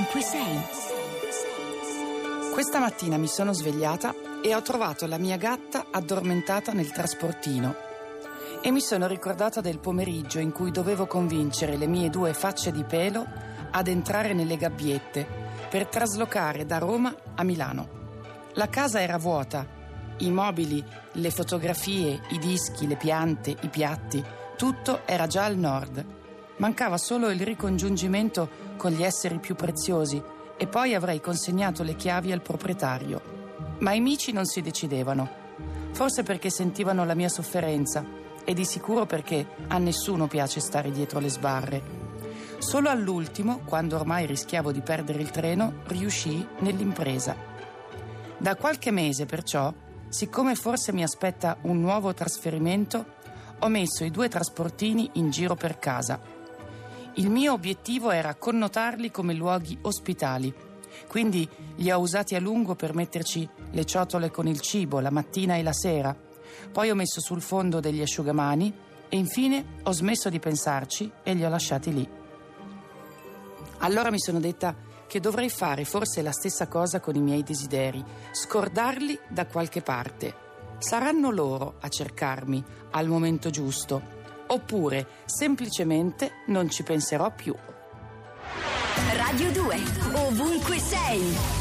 ovunque sei. Questa mattina mi sono svegliata e ho trovato la mia gatta addormentata nel trasportino e mi sono ricordata del pomeriggio in cui dovevo convincere le mie 2 facce di pelo ad entrare nelle gabbiette per traslocare da Roma a Milano. La casa era vuota, i mobili, le fotografie, i dischi, le piante, i piatti, tutto era già al nord. Mancava solo il ricongiungimento con gli esseri più preziosi e poi avrei consegnato le chiavi al proprietario. Ma i mici non si decidevano, forse perché sentivano la mia sofferenza e di sicuro perché a nessuno piace stare dietro le sbarre. Solo all'ultimo, quando ormai rischiavo di perdere il treno, riuscii nell'impresa. Da qualche mese, perciò, siccome forse mi aspetta un nuovo trasferimento, ho messo i 2 trasportini in giro per casa. Il mio obiettivo era connotarli come luoghi ospitali, quindi li ho usati a lungo per metterci le ciotole con il cibo la mattina e la sera. Poi ho messo sul fondo degli asciugamani e infine ho smesso di pensarci e li ho lasciati lì. Allora mi sono detta che dovrei fare forse la stessa cosa con i miei desideri, scordarli da qualche parte. Saranno loro a cercarmi al momento giusto, oppure semplicemente non ci penserò più. Radio 2, ovunque sei.